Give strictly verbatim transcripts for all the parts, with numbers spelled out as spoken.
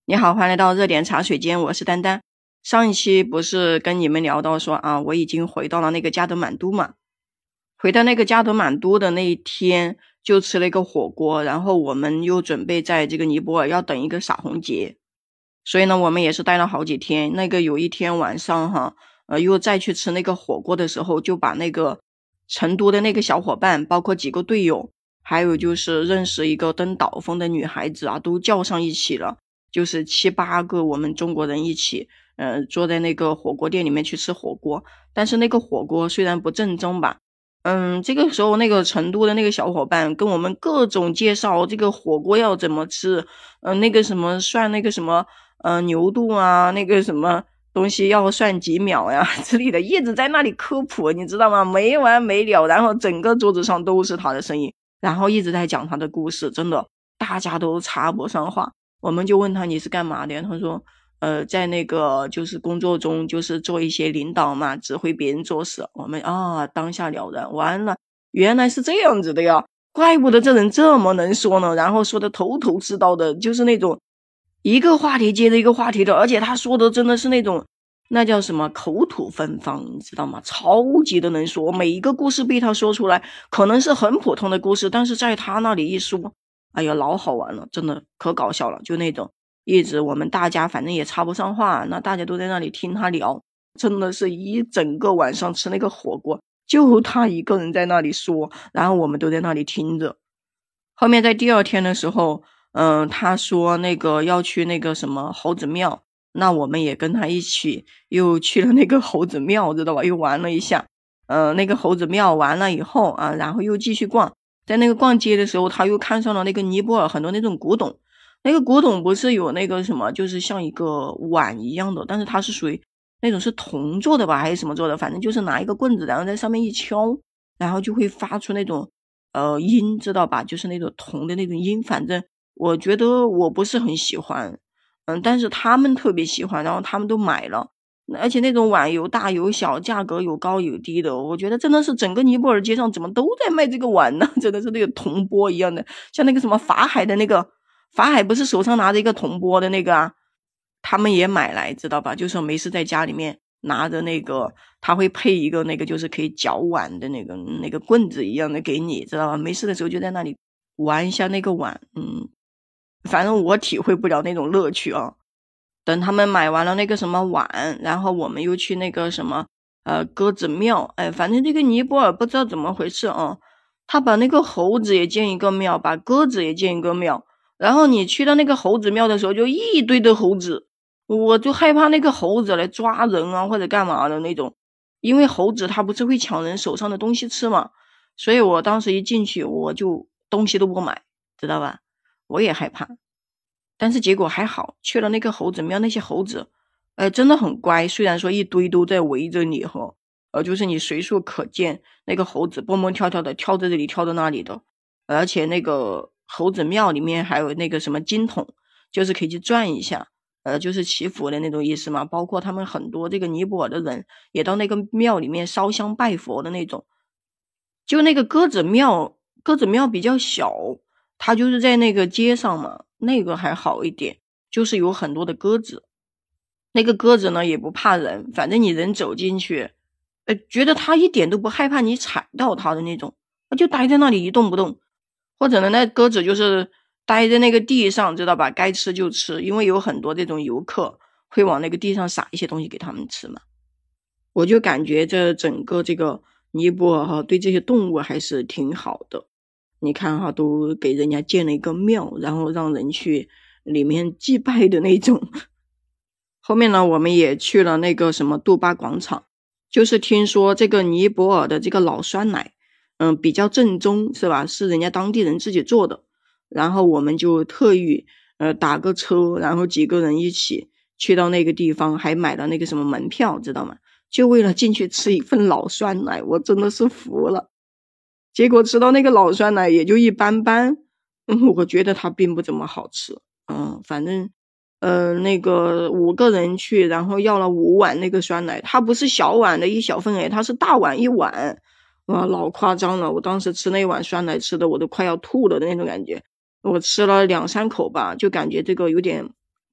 你好，欢迎来到热点茶水间，我是丹丹。上一期不是跟你们聊到说啊，我已经回到了那个加德满都嘛。回到那个加德满都的那一天，就吃了一个火锅，然后我们又准备在这个尼泊尔要等一个洒红节，所以呢，我们也是待了好几天。那个有一天晚上哈，呃，又再去吃那个火锅的时候，就把那个成都的那个小伙伴，包括几个队友，还有就是认识一个登岛峰的女孩子啊，都叫上一起了。就是七八个我们中国人一起，呃，坐在那个火锅店里面去吃火锅。但是那个火锅虽然不正宗吧，嗯，这个时候那个成都的那个小伙伴跟我们各种介绍这个火锅要怎么吃，嗯、呃，那个什么涮那个什么，呃，牛肚啊，那个什么东西要涮几秒呀之类的，一直在那里科普，你知道吗？没完没了，然后整个桌子上都是他的声音，然后一直在讲他的故事，真的大家都插不上话。我们就问他你是干嘛的呀？他说，呃，在那个就是工作中，就是做一些领导嘛，指挥别人做事。我们啊，当下了然，完了，原来是这样子的呀，怪不得这人这么能说呢。然后说的头头是道的，就是那种一个话题接着一个话题的，而且他说的真的是那种，那叫什么口吐芬芳，你知道吗？超级的能说，每一个故事被他说出来，可能是很普通的故事，但是在他那里一说。哎呀，老好玩了，真的可搞笑了，就那种一直我们大家反正也插不上话，那大家都在那里听他聊，真的是一整个晚上吃那个火锅，就他一个人在那里说，然后我们都在那里听着。后面在第二天的时候，嗯、呃，他说那个要去那个什么猴子庙，那我们也跟他一起又去了那个猴子庙，知道吧？又玩了一下，呃，那个猴子庙完了以后啊，然后又继续逛。在那个逛街的时候，他又看上了那个尼泊尔很多那种古董，那个古董不是有那个什么，就是像一个碗一样的，但是它是属于那种是铜做的吧，还是什么做的，反正就是拿一个棍子，然后在上面一敲，然后就会发出那种呃音，知道吧？就是那种铜的那种音。反正我觉得我不是很喜欢，嗯，但是他们特别喜欢，然后他们都买了。而且那种碗有大有小，价格有高有低的，我觉得真的是整个尼泊尔街上怎么都在卖这个碗呢？真的是那个铜钵一样的，像那个什么法海的那个，法海不是手上拿着一个铜钵的那个啊，他们也买来，知道吧？就是没事在家里面拿着那个，他会配一个那个就是可以搅碗的那个那个棍子一样的给你，知道吧？没事的时候就在那里玩一下那个碗，嗯，反正我体会不了那种乐趣啊。等他们买完了那个什么碗，然后我们又去那个什么呃鸽子庙，哎，反正这个尼泊尔不知道怎么回事啊，他把那个猴子也建一个庙，把鸽子也建一个庙，然后你去到那个猴子庙的时候，就一堆的猴子，我就害怕那个猴子来抓人啊或者干嘛的那种，因为猴子它不是会抢人手上的东西吃嘛，所以我当时一进去我就东西都不买，知道吧？我也害怕。但是结果还好，去了那个猴子庙，那些猴子，呃，真的很乖。虽然说一堆都在围着你哈，呃，就是你随处可见那个猴子蹦蹦跳跳的，跳在这里，跳到那里的。而且那个猴子庙里面还有那个什么金桶，就是可以去转一下，呃，就是祈福的那种意思嘛。包括他们很多这个尼泊尔的人也到那个庙里面烧香拜佛的那种。就那个鸽子庙，鸽子庙比较小，它就是在那个街上嘛，那个还好一点，就是有很多的鸽子。那个鸽子呢也不怕人，反正你人走进去，呃，觉得它一点都不害怕你踩到它的那种，它就待在那里一动不动。或者呢，那鸽子就是待在那个地上，知道吧？该吃就吃，因为有很多这种游客会往那个地上撒一些东西给他们吃嘛。我就感觉这整个这个尼泊尔哈对这些动物还是挺好的。你看哈，都给人家建了一个庙，然后让人去里面祭拜的那种。后面呢，我们也去了那个什么杜巴广场，就是听说这个尼泊尔的这个老酸奶，嗯，比较正宗，是吧？是人家当地人自己做的。然后我们就特意呃打个车，然后几个人一起去到那个地方，还买了那个什么门票，知道吗？就为了进去吃一份老酸奶，我真的是服了。结果吃到那个老酸奶也就一般般，嗯，我觉得它并不怎么好吃。嗯，反正呃那个五个人去，然后要了五碗那个酸奶，它不是小碗的一小份诶，它是大碗一碗，哇，老夸张了。我当时吃那一碗酸奶吃的我都快要吐了的那种感觉，我吃了两三口吧，就感觉这个有点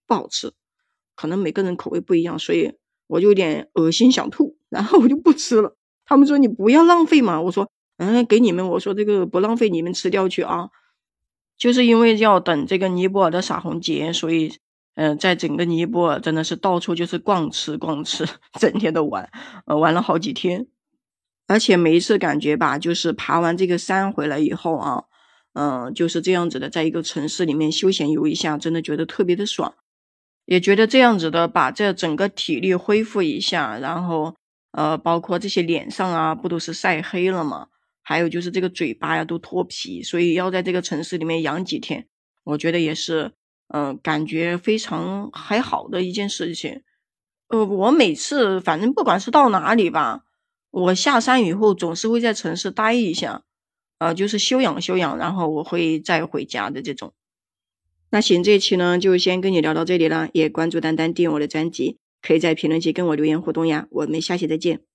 不好吃，可能每个人口味不一样，所以我就有点恶心想吐，然后我就不吃了。他们说你不要浪费嘛，我说嗯，给你们，我说这个不浪费，你们吃掉去啊。就是因为要等这个尼泊尔的洒红节，所以呃，在整个尼泊尔真的是到处就是逛吃逛吃，整天都玩，呃，玩了好几天。而且每一次感觉吧，就是爬完这个山回来以后啊，嗯、就是这样子的，在一个城市里面休闲游一下，真的觉得特别的爽，也觉得这样子的把这整个体力恢复一下，然后呃，包括这些脸上啊，不都是晒黑了吗？还有就是这个嘴巴呀都脱皮，所以要在这个城市里面养几天，我觉得也是，嗯、感觉非常还好的一件事情。呃，我每次反正不管是到哪里吧，我下山以后总是会在城市待一下，呃，就是休养休养，然后我会再回家的这种。那行，这一期呢就先跟你聊到这里了，也关注丹丹订阅我的专辑，可以在评论区跟我留言互动呀，我们下期再见。